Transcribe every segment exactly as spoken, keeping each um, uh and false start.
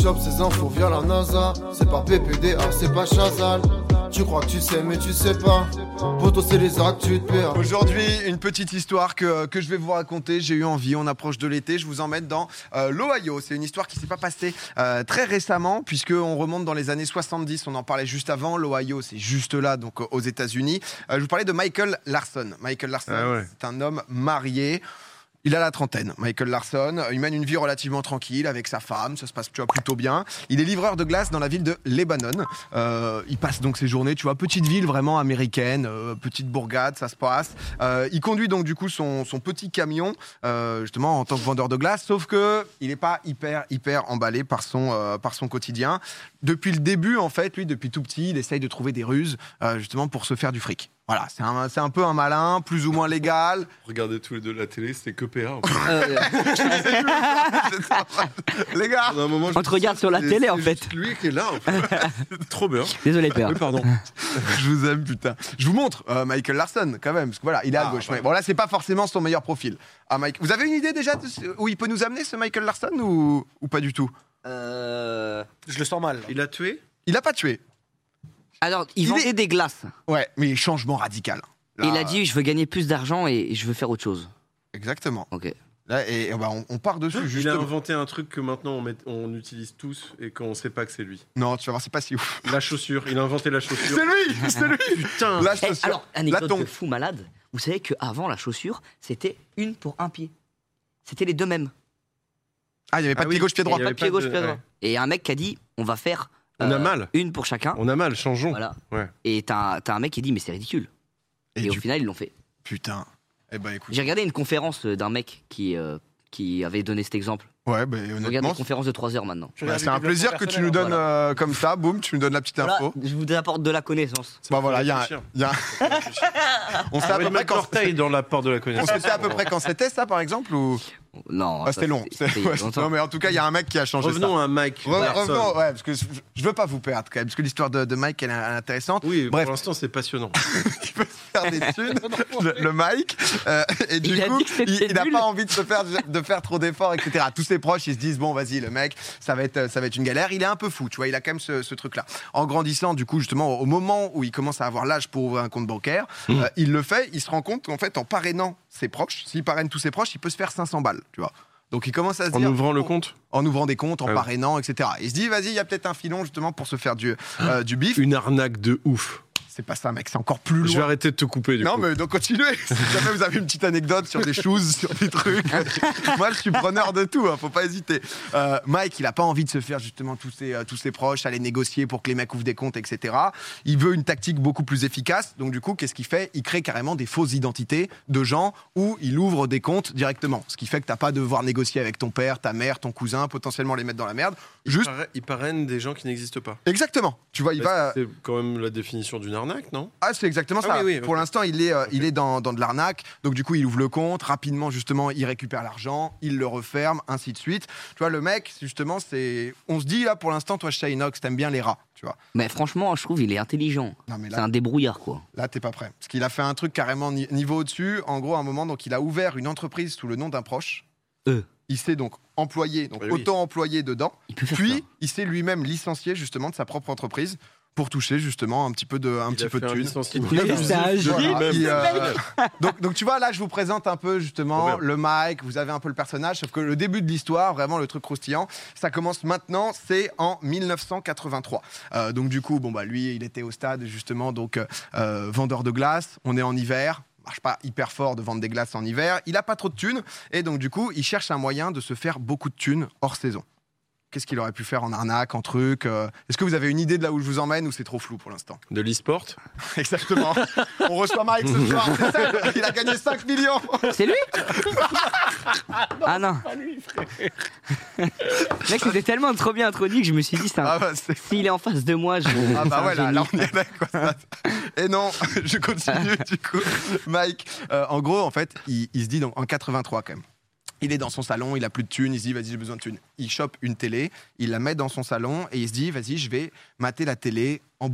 chope ces infos via la NASA. C'est pas P P D A, c'est pas Chazal. Tu crois que tu sais mais tu sais pas. Poto c'est les actes, tu te perds. Aujourd'hui, une petite histoire que, que je vais vous raconter. J'ai eu envie, on approche de l'été. Je vous emmène dans euh, l'Ohio. C'est une histoire qui s'est pas passée euh, très récemment, puisqu'on remonte dans les années soixante-dix. On en parlait juste avant. L'Ohio, c'est juste là, donc aux États-Unis. Euh, je vous parlais de Michael Larson. Michael Larson, ah ouais. C'est un homme marié. Il a la trentaine, Michael Larson. Il mène une vie relativement tranquille avec sa femme. Ça se passe tu vois, plutôt bien. Il est livreur de glace dans la ville de Lebanon. Euh, il passe donc ses journées, tu vois, petite ville vraiment américaine, euh, petite bourgade, ça se passe. Euh, il conduit donc du coup son, son petit camion, euh, justement en tant que vendeur de glace. Sauf que il n'est pas hyper hyper emballé par son euh, par son quotidien. Depuis le début, en fait, lui, depuis tout petit, il essaye de trouver des ruses euh, justement pour se faire du fric. Voilà, c'est un, c'est un peu un malin, plus ou moins légal. Regardez tous les deux la télé, c'est que P A. En fait. Les gars, un moment, on te regarde sur la c'est, télé c'est en fait. Lui qui est là. En fait. Trop bien. Désolé P A. Oui, pardon. Je vous aime, putain. Je vous montre euh, Michael Larson quand même, parce que voilà, il est à ah, gauche. Bah, bon là, c'est pas forcément son meilleur profil. Ah, Mike, vous avez une idée déjà de où il peut nous amener ce Michael Larson ou, ou pas du tout? Euh... Je le sens mal. Il a tué? Il a pas tué. Alors, il, il vendait est... des glaces. Ouais, mais changement radical. Là, et il a dit, je veux gagner plus d'argent et je veux faire autre chose. Exactement. Ok. Là, et, et bah, on, on part dessus. Il justement. a inventé un truc que maintenant on, met, on utilise tous et qu'on sait pas que c'est lui. Non, tu vas voir, c'est pas si ouf. La chaussure, il a inventé la chaussure. C'est lui, c'est lui. Putain. La chaussure. Et alors, anecdote de fou malade. Vous savez qu'avant la chaussure, c'était une pour un pied. C'était les deux mêmes. Ah, il n'y avait pas ah de oui, pied gauche, pied droit. Il n'y avait pas de pied gauche, pied droit. Et un mec qui a dit, on va faire. On euh, a mal. Une pour chacun. On a mal, changeons. Voilà. Ouais. Et t'as, t'as un mec qui dit, mais c'est ridicule. Et, et du... au final, ils l'ont fait. Putain. Eh ben, écoute. J'ai regardé une conférence d'un mec qui, euh, qui avait donné cet exemple. Ouais, bah, honnêtement. Je regarde des conférences de trois heures maintenant. Bah, c'est un plaisir que tu nous donnes voilà. euh, comme ça, boum, tu nous donnes la petite info. Voilà, je vous apporte de la connaissance. Bah voilà, il y a, y a... on sait à peu près quand c'était dans l'apport de la connaissance. On sait à peu près quand c'était ça, par exemple, ou non, ah, c'était long. C'était, c'était ouais, non, mais en tout cas, il y a un mec qui a changé revenons ça. Revenons à Mike. Re- revenons, ouais, parce que je veux pas vous perdre quand même, parce que l'histoire de, de Mike elle est intéressante. Oui, bref. Pour l'instant, c'est passionnant. Il peut se faire des thunes, le, le Mike, euh, et du il coup, il n'a pas envie de se faire de faire trop d'efforts, et cetera. Tous ses proches, ils se disent bon, vas-y, le mec, ça va être ça va être une galère. Il est un peu fou, tu vois. Il a quand même ce, ce truc-là. En grandissant, du coup, justement, au moment où il commence à avoir l'âge pour ouvrir un compte bancaire, mmh. euh, il le fait. Il se rend compte qu'en fait, en parrainant ses proches, s'il parraine tous ses proches, il peut se faire cinq cents balles, tu vois. Donc il commence à se en dire... En ouvrant le compte En ouvrant des comptes, en ah parrainant, et cetera. Il se dit, vas-y, il y a peut-être un filon justement pour se faire du, euh, du bif. Une arnaque de ouf. C'est pas ça, mec, c'est encore plus loin. Je vais arrêter de te couper, du non, coup. mais donc continuez. Si jamais vous avez une petite anecdote sur des choses, sur des trucs, moi je suis preneur de tout, hein, faut pas hésiter. Euh, Mike, il a pas envie de se faire justement tous ses, euh, tous ses proches, aller négocier pour que les mecs ouvrent des comptes, et cetera. Il veut une tactique beaucoup plus efficace. Donc du coup, qu'est-ce qu'il fait? Il crée carrément des fausses identités de gens où il ouvre des comptes directement. Ce qui fait que t'as pas à devoir négocier avec ton père, ta mère, ton cousin, potentiellement les mettre dans la merde. Juste... Il parraine des gens qui n'existent pas. Exactement. Tu vois, il bah, va... C'est quand même la définition d'une arnaque, non? Ah, c'est exactement ah, ça. Oui, oui, Pour okay. l'instant, il est, euh, okay. il est dans, dans de l'arnaque. Donc, du coup, il ouvre le compte. Rapidement, justement, il récupère l'argent. Il le referme, ainsi de suite. Tu vois, le mec, justement, c'est... On se dit, là, pour l'instant, toi, Shinox, t'aimes bien les rats, tu vois. Mais franchement, je trouve il est intelligent. Non, mais là, c'est un débrouillard, quoi. Là, t'es pas prêt. Parce qu'il a fait un truc carrément ni- niveau au-dessus. En gros, à un moment, donc, il a ouvert une entreprise sous le nom d'un proche. Euh. Il s'est donc employé, donc oui, oui. auto-employé dedans. Il peut faire Puis, ça. il s'est lui-même licencié, justement, de sa propre entreprise pour toucher justement un petit peu de un il petit a peu fait de un thunes. licenciement. Voilà. Il, euh, donc donc tu vois là je vous présente un peu justement le Mike, vous avez un peu le personnage, sauf que le début de l'histoire, vraiment le truc croustillant, ça commence maintenant, c'est en dix-neuf cent quatre-vingt-trois. Euh, donc du coup bon bah lui il était au stade justement donc euh, vendeur de glace, on est en hiver. Marche pas hyper fort de vendre des glaces en hiver, il a pas trop de thunes et donc du coup il cherche un moyen de se faire beaucoup de thunes hors saison. Qu'est-ce qu'il aurait pu faire en arnaque, en truc euh... Est-ce que vous avez une idée de là où je vous emmène ou c'est trop flou pour l'instant? De l'e-sport. Exactement. On reçoit Mike ce soir. Il a gagné cinq millions. C'est lui? non, Ah non. pas lui, frère. Mec, c'était tellement trop bien introduit que je me suis dit, ça, ah bah, c'est... s'il est en face de moi, je... Ah bah ouais, là, là on y est d'accord. Et non, je continue du coup. Mike, euh, en gros, en fait, il, il se dit donc en quatre-vingt-trois quand même. Il est dans son salon, il a plus de thunes, il se dit vas-y j'ai besoin de thunes. Il chope une télé, il la met dans son salon et il se dit vas-y je vais mater la télé en boucle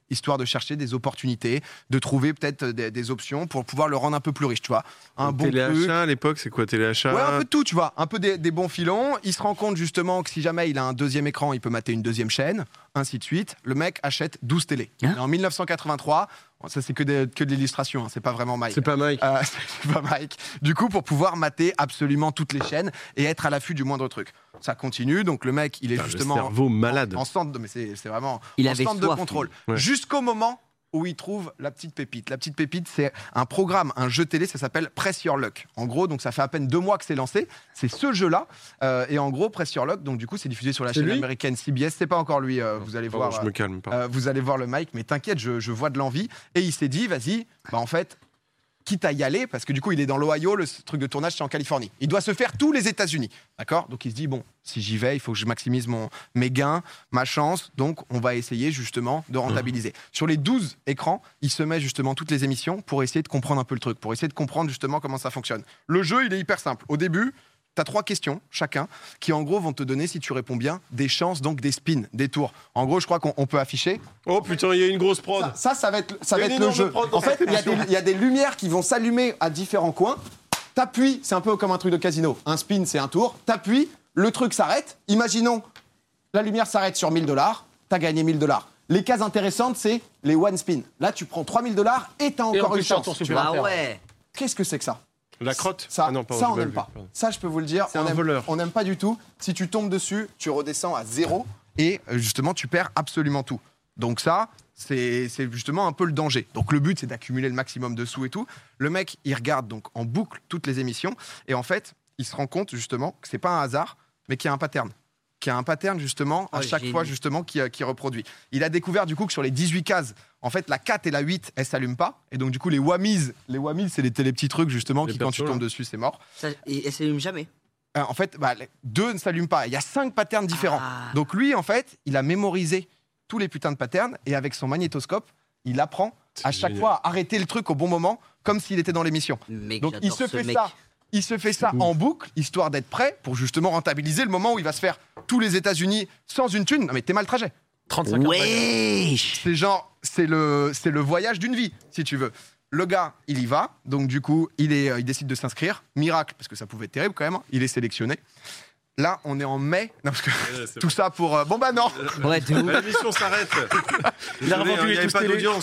histoire de chercher des opportunités, de trouver peut-être des, des options pour pouvoir le rendre un peu plus riche, tu vois. Un bon téléachat truc. à l'époque, c'est quoi téléachat? Ouais, un peu de tout, tu vois. Un peu des, des bons filons. Il se rend compte justement que si jamais il a un deuxième écran, il peut mater une deuxième chaîne, ainsi de suite. Le mec achète douze télés. Hein Et en mille neuf cent quatre-vingt-trois, ça c'est que, des, que de l'illustration, hein, c'est pas vraiment Mike. C'est pas Mike. Euh, c'est pas Mike. Du coup, pour pouvoir mater absolument toutes les chaînes et être à l'affût du moindre truc. Ça continue, donc le mec, il est Putain, justement le cerveau malade. en centre, de, mais c'est c'est vraiment Il en avait centre soif, de contrôle. lui. Ouais. Jusqu'au moment où il trouve la petite pépite. La petite pépite, c'est un programme, un jeu télé, ça s'appelle Press Your Luck. En gros, donc ça fait à peine deux mois que c'est lancé. C'est ce jeu-là. Euh, et en gros, Press Your Luck, donc du coup, c'est diffusé sur la C'est chaîne lui américaine C B S. C'est pas encore lui, euh, vous allez Pardon, voir. je me calme pas. euh, vous allez voir le Mike, mais t'inquiète, je, je vois de l'envie. Et il s'est dit, vas-y, bah en fait, quitte à y aller, parce que du coup, il est dans l'Ohio, le truc de tournage, c'est en Californie. Il doit se faire tous les États-Unis, d'accord? Donc il se dit, bon, si j'y vais, il faut que je maximise mon, mes gains, ma chance, donc on va essayer justement de rentabiliser. Sur les douze écrans, il se met justement toutes les émissions pour essayer de comprendre un peu le truc, pour essayer de comprendre justement comment ça fonctionne. Le jeu, il est hyper simple. Au début, tu as trois questions chacun qui en gros vont te donner, si tu réponds bien, des chances, donc des spins, des tours. En gros, je crois qu'on on peut afficher. Oh putain, il y a une grosse prod. Ça, ça, ça va être, ça Il y va a une être le énorme jeu. prod dans En fait, cette il y, a des- émission. il y a des lumières qui vont s'allumer à différents coins. T'appuies, c'est un peu comme un truc de casino. Un spin, c'est un tour. T'appuies, le truc s'arrête. Imaginons, la lumière s'arrête sur mille dollars. T'as gagné mille dollars. Les cases intéressantes, c'est les one spin. Là, tu prends trois mille dollars et t'as Et en encore plus, une t'as un chance. tour tu vois. Ah supplémentaire. ouais. Qu'est-ce que c'est que ça? La crotte. Ça, Ah non, pardon, ça j'ai on mal n'aime vu, pas. pardon. Ça, je peux vous le dire, C'est on un aime- voleur. on n'aime pas du tout. Si tu tombes dessus, tu redescends à zéro et euh, justement, tu perds absolument tout. Donc ça, c'est c'est justement un peu le danger. Donc le but, c'est d'accumuler le maximum de sous et tout. Le mec, il regarde donc en boucle toutes les émissions et en fait, il se rend compte justement que c'est pas un hasard, mais qu'il y a un pattern. Qu'il y a un pattern justement à Oh, chaque génie. fois justement qui, euh, qui reproduit. Il a découvert du coup que sur les dix-huit cases, en fait, la quatre et la huit, elles s'allument pas. Et donc du coup, les whammies, les whammies, c'est les, les petits trucs justement Les qui quand tu persos, tombes là. dessus, c'est mort. Ça, et, et ça allume jamais. Euh, en fait, bah, les deux ne s'allument pas. Il y a cinq patterns différents. Ah. Donc lui, en fait, il a mémorisé tous les putains de patterns et avec son magnétoscope, il apprend à chaque génial. fois à arrêter le truc au bon moment, comme s'il était dans l'émission. Mec, Donc il j'adore se ce fait mec. ça. Il se fait ça en boucle, histoire d'être prêt pour justement rentabiliser le moment où il va se faire tous les États-Unis sans une thune. Non mais t'es mal trajet. trente-cinq heures. Wesh. C'est genre, c'est le, c'est le voyage d'une vie, si tu veux. Le gars, il y va, donc du coup, il, est, euh, il décide de s'inscrire. Miracle, parce que ça pouvait être terrible quand même, hein. Il est sélectionné. Là, on est en mai. Non, parce que Ouais, c'est tout ça pour. euh, Bon, bah non Ouais, de ouf. Bah, l'émission s'arrête. Il a Désolé, revendu hein, il les n'y avait tous pas télé. d'audience.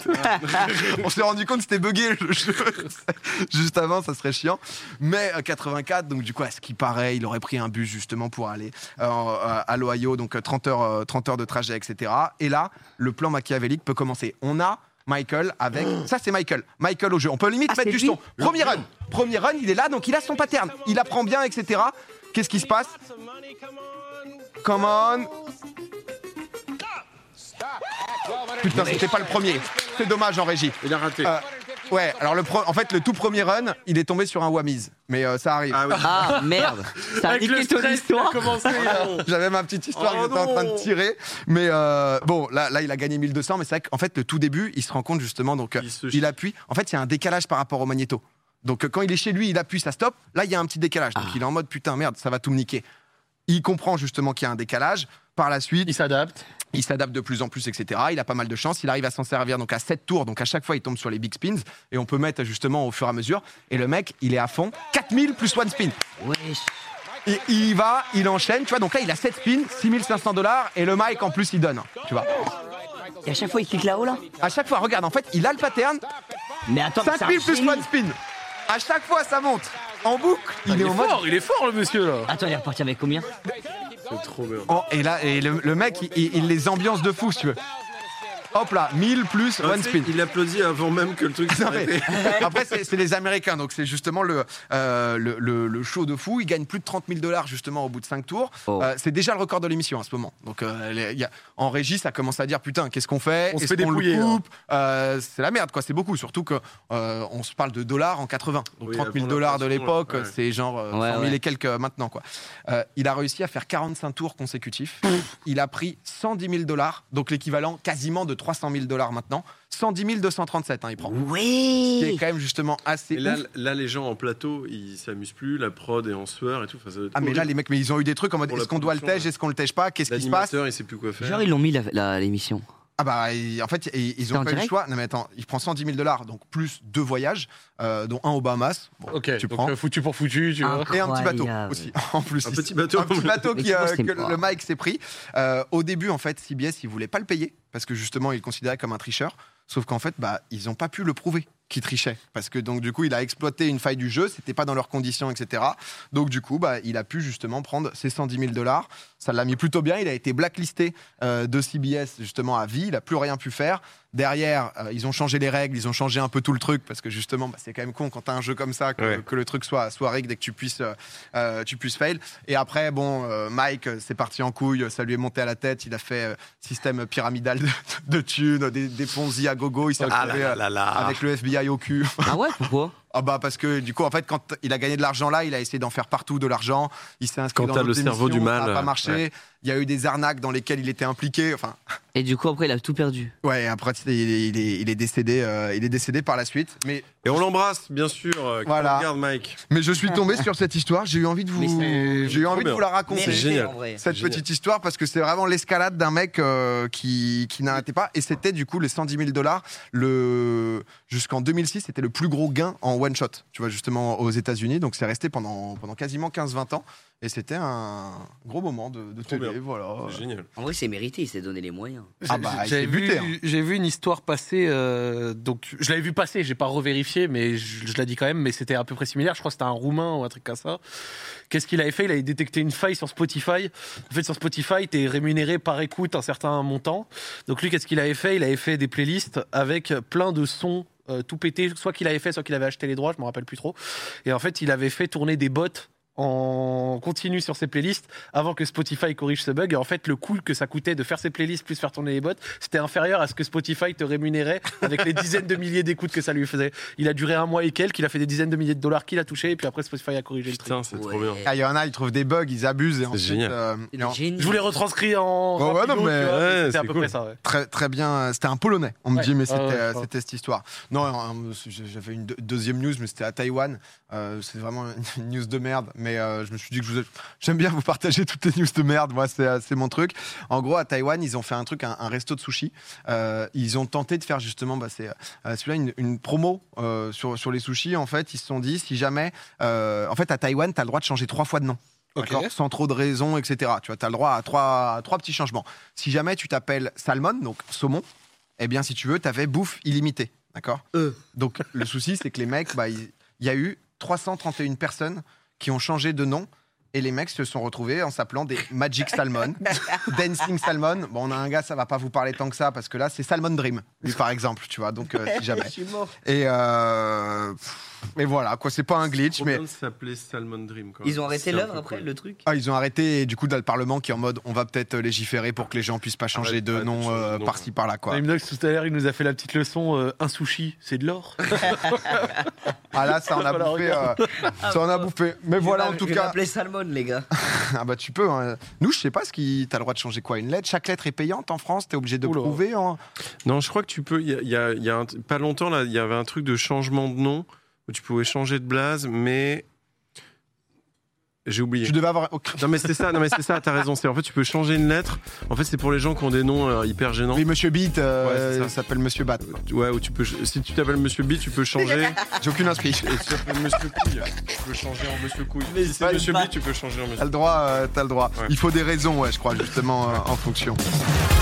On s'est rendu compte que c'était bugué le jeu. Juste avant, ça serait chiant. Mais euh, quatre-vingt-quatre, donc du coup, à ce qui paraît, il aurait pris un bus justement pour aller euh, euh, à l'Ohio, donc euh, trente heures, euh, trente heures de trajet, et cetera. Et là, le plan machiavélique peut commencer. On a Michael avec. Ça, c'est Michael. Michael au jeu. On peut limite Ah, mettre c'est du lui son. Premier run. Premier run, il est là, donc il a son pattern. Il apprend bien, et cetera. Qu'est-ce qui se passe? Come on. Putain, c'était pas le premier. C'est dommage en régie. Il a raté. Euh, ouais, alors le pro- en fait, le tout premier run, il est tombé sur un whammies. Mais euh, ça arrive. Ah oui. Ah merde. Ça a Avec niqué le ton stress, il a histoire. commencé. là. J'avais ma petite histoire Oh que j'étais en train de non. tirer. Mais euh, bon, là, là, il a gagné mille deux cents. Mais c'est vrai qu'en fait, le tout début, il se rend compte justement. Donc, euh, Il se il, chie. appuie. En fait, il y a un décalage par rapport au magnéto. Donc, euh, quand il est chez lui, il appuie, ça stoppe. Là, il y a un petit décalage. Donc, Ah. il est en mode putain, merde, ça va tout me niquer. Il comprend justement qu'il y a un décalage. Par la suite, Il s'adapte. il s'adapte de plus en plus, et cetera. Il a pas mal de chance. Il arrive à s'en servir donc à sept tours. Donc à chaque fois, il tombe sur les big spins. Et on peut mettre justement au fur et à mesure. Et le mec, il est à fond. quatre mille plus one spin. Wesh. Et il y va, il enchaîne. Tu vois, donc là, il a sept spins, six mille cinq cents dollars. Et le Mike, en plus, il donne. Tu vois. Et à chaque fois, il clique là-haut, là. À chaque fois, regarde, en fait, il a le pattern. Mais attends, mais c'est cinq un mille plus génie. one spin. À chaque fois, ça monte. En boucle. Il, Il est est en mode. fort, il est fort le monsieur là. Attends, il est reparti avec combien? C'est trop bien. en- et là, et le, le mec, il, il- il les ambiance de fou, si tu veux. Hop là, mille plus Ah, one tu sais, spin. Il applaudit avant même que le truc Non, mais- s'arrête. Après, c'est c'est les Américains, donc c'est justement le, euh, le, le- le show de fou. Ils gagnent plus de trente mille dollars justement au bout de cinq tours. Oh. Euh, c'est déjà le record de l'émission à ce moment. Donc euh, les- il y a- en régie, ça commence à dire putain, qu'est-ce qu'on fait? On se Est-ce fait qu'on le dépouiller, là. coupe Euh, C'est la merde, quoi. C'est beaucoup, surtout que euh, on se parle de dollars en quatre-vingts. Donc Oui, trente mille avant dollars de l'inflation, l'époque, ouais. c'est genre euh, Ouais, cent mille ouais. et quelques euh, maintenant, quoi. Euh, il a réussi à faire quarante-cinq tours consécutifs. Il a pris cent dix mille dollars, donc l'équivalent quasiment de trois cent mille dollars maintenant. cent dix mille deux cent trente-sept, hein, il prend. Qui est Oui. quand même justement assez Et là, ouf. là, les gens en plateau, ils s'amusent plus. La prod est en sueur et tout. Enfin, ça doit être Ah mais là horrible. les mecs, mais ils ont eu des trucs en mode Pour la est-ce qu'on doit le production, tège, est-ce qu'on le tège pas, qu'est-ce qui se passe? L'animateur, il sait plus quoi faire. Genre, ils l'ont mis la- la- l'émission. Ah bah, il- en fait, ils, ils C'était ont en pas eu le direct choix. Non mais attends, il prend cent dix mille dollars, donc plus deux voyages, euh, dont un aux Bahamas. Bon, Ok, tu donc prends. euh, foutu pour foutu, tu vois. Et un petit bateau Incroyable. aussi, en plus. Un Il- petit bateau. Un petit bateau Mais qui, tu vois, euh, c'est que pas- le Mike s'est pris. Euh, au début, en fait, C B S, il voulait pas le payer parce que justement, il le considérait comme un tricheur. Sauf qu'en fait, bah, ils n'ont pas pu le prouver qu'il trichait parce que donc du coup, il a exploité une faille du jeu. C'était pas dans leurs conditions, et cetera. Donc du coup, bah, il a pu justement prendre ses cent dix mille dollars. Ça l'a mis plutôt bien. Il a été blacklisté euh, de C B S justement à vie. Il a plus rien pu faire. Derrière, euh, ils ont changé les règles, ils ont changé un peu tout le truc parce que justement, bah, c'est quand même con quand t'as un jeu comme ça que, Ouais. que le truc soit soit rigged et que tu puisses euh, euh, tu puisses fail. Et après, bon, euh, Mike, euh, c'est parti en couille, ça lui est monté à la tête. Il a fait euh, système pyramidal de, de thunes, des, des Ponzi à gogo. Il s'est Ah retrouvé là euh, là là. avec le F B I au cul. Ah ouais, pourquoi? Ah bah parce que du coup, en fait, quand il a gagné de l'argent là, il a essayé d'en faire partout de l'argent. Il s'est inscrit Quand dans t'as d'autres le cerveau émissions, du mal, ça n'a pas euh, marché. ouais. Il y a eu des arnaques dans lesquelles il était impliqué. Enfin, Et du coup, après, il a tout perdu. ouais. Après, il est, il est, il est décédé. euh, il est décédé par la suite. Mais Et on l'embrasse, bien sûr. euh, qui Voilà. Regarde, Mike. Mais je suis tombé sur cette histoire, j'ai eu envie de vous, Mais c'est- j'ai eu envie de bien. vous la raconter. C'est génial. en vrai. Cette Génial. petite histoire parce que c'est vraiment l'escalade d'un mec euh, qui, qui n'arrêtait pas et c'était du coup les cent dix mille dollars le jusqu'en deux mille six c'était le plus gros gain en one shot tu vois justement aux États-Unis donc c'est resté pendant pendant quasiment quinze vingt ans et c'était un gros moment de, de Trop télé bien. voilà. C'est génial. En vrai, c'est mérité, il s'est donné les moyens. Ah bah, il J'avais s'est buté, vu, hein. j'ai vu une histoire passer, euh, donc je l'avais vu passer, j'ai pas revérifié, mais je, je l'ai dit quand même, mais c'était à peu près similaire. Je crois que c'était un Roumain ou un truc comme ça. Qu'est-ce qu'il avait fait? Il avait détecté une faille sur Spotify. En fait, sur Spotify, t'es rémunéré par écoute un certain montant. Donc lui, qu'est-ce qu'il avait fait? Il avait fait des playlists avec plein de sons euh, tout pétés, soit qu'il avait fait, soit qu'il avait acheté les droits, je me rappelle plus trop. Et en fait, il avait fait tourner des bots en continu sur ses playlists avant que Spotify corrige ce bug. Et en fait, le coût que ça coûtait de faire ses playlists plus faire tourner les bots, c'était inférieur à ce que Spotify te rémunérait avec les dizaines de milliers d'écoutes que ça lui faisait. Il a duré un mois et quelques, il a fait des dizaines de milliers de dollars qu'il a touché, et puis après Spotify a corrigé le truc. Putain, c'est Ouais. trop bien. Ah, il y en a ils trouvent des bugs ils abusent et ensuite, génial. euh, C'est et en- des génies. Je vous l'ai retranscrit en. Ouais, ouais, rapido, non, mais- tu vois, ouais, c'était à c'est peu cool. près ça. Ouais. Très, très bien. C'était un Polonais. On me Ouais. dit, mais Ah c'était ouais, euh, ouais. c'était cette histoire. Non, euh, j'avais une deux- deuxième news, mais c'était à Taïwan. Euh, c'est vraiment une news de merde. Mais euh, je me suis dit que je vous ai- j'aime bien vous partager toutes les news de merde. Moi, c'est euh, c'est mon truc. En gros, à Taïwan, ils ont fait un truc, un, un resto de sushi. Euh, ils ont tenté de faire justement, bah, c'est euh, celui-là, une, une promo euh, sur, sur les sushis. En fait, ils se sont dit, si jamais. euh, en fait, à Taïwan, tu as le droit de changer trois fois de nom. Ok. D'accord, sans trop de raisons, et cetera. Tu vois, as le droit à trois, à trois petits changements. Si jamais tu t'appelles Salmon, donc saumon, eh bien, si tu veux, tu avais bouffe illimitée. D'accord Euh. Donc, le souci, c'est que les mecs, bah, il il y a eu trois cent trente et une personnes qui ont changé de nom. Et les mecs se sont retrouvés en s'appelant des Magic Salmon, Dancing Salmon. Bon, on a un gars, ça va pas vous parler tant que ça, parce que là, c'est Salmon Dream, lui, par exemple, tu vois, donc euh, si jamais. Je suis mort. Et, euh, et voilà, quoi, c'est pas un glitch, Trop mais bien de s'appeler Salmon Dream. Quoi. Ils ont arrêté C'est un l'œuvre peu après, cool. le truc. ah, ils ont arrêté, et du coup, dans le Parlement qui est en mode, on va peut-être légiférer pour que les gens puissent pas changer Arrête- de arrête de nom changer de euh, nom, par-ci par-là, quoi. Inox, tout à l'heure, il nous a fait la petite leçon euh, un sushi, c'est de l'or. Ah là, ça en a Voilà, bouffé, euh, ça en a bouffé. Mais voilà, en tout cas, Appelez Salmon, les gars. ah bah tu peux. hein. Nous, je sais pas ce qui, t'as le droit de changer quoi, une lettre. Chaque lettre est payante en France. T'es obligé de Oula. prouver. En... Non, je crois que tu peux. Il y a, il y a- il y a un- pas longtemps, là, il y avait un truc de changement de nom où tu pouvais changer de blase, mais. J'ai oublié. Tu devais avoir. ok. Non mais c'est ça, non mais c'est ça, t'as raison. C'est en fait tu peux changer une lettre. En fait c'est pour les gens qui ont des noms euh, hyper gênants. Oui, Monsieur Beat euh, Ouais, c'est ça. s'appelle Monsieur Bat. Ouais, ou tu peux. Si tu t'appelles Monsieur B, tu peux changer. J'ai aucune inscrit. Et si tu t'appelles Monsieur Couille, tu peux changer en Monsieur Couille. Mais Si c'est c'est Monsieur pas- B, tu peux changer en T'as Monsieur. le droit. euh, t'as le droit. Ouais. Il faut des raisons, ouais, je crois, justement, euh, en fonction.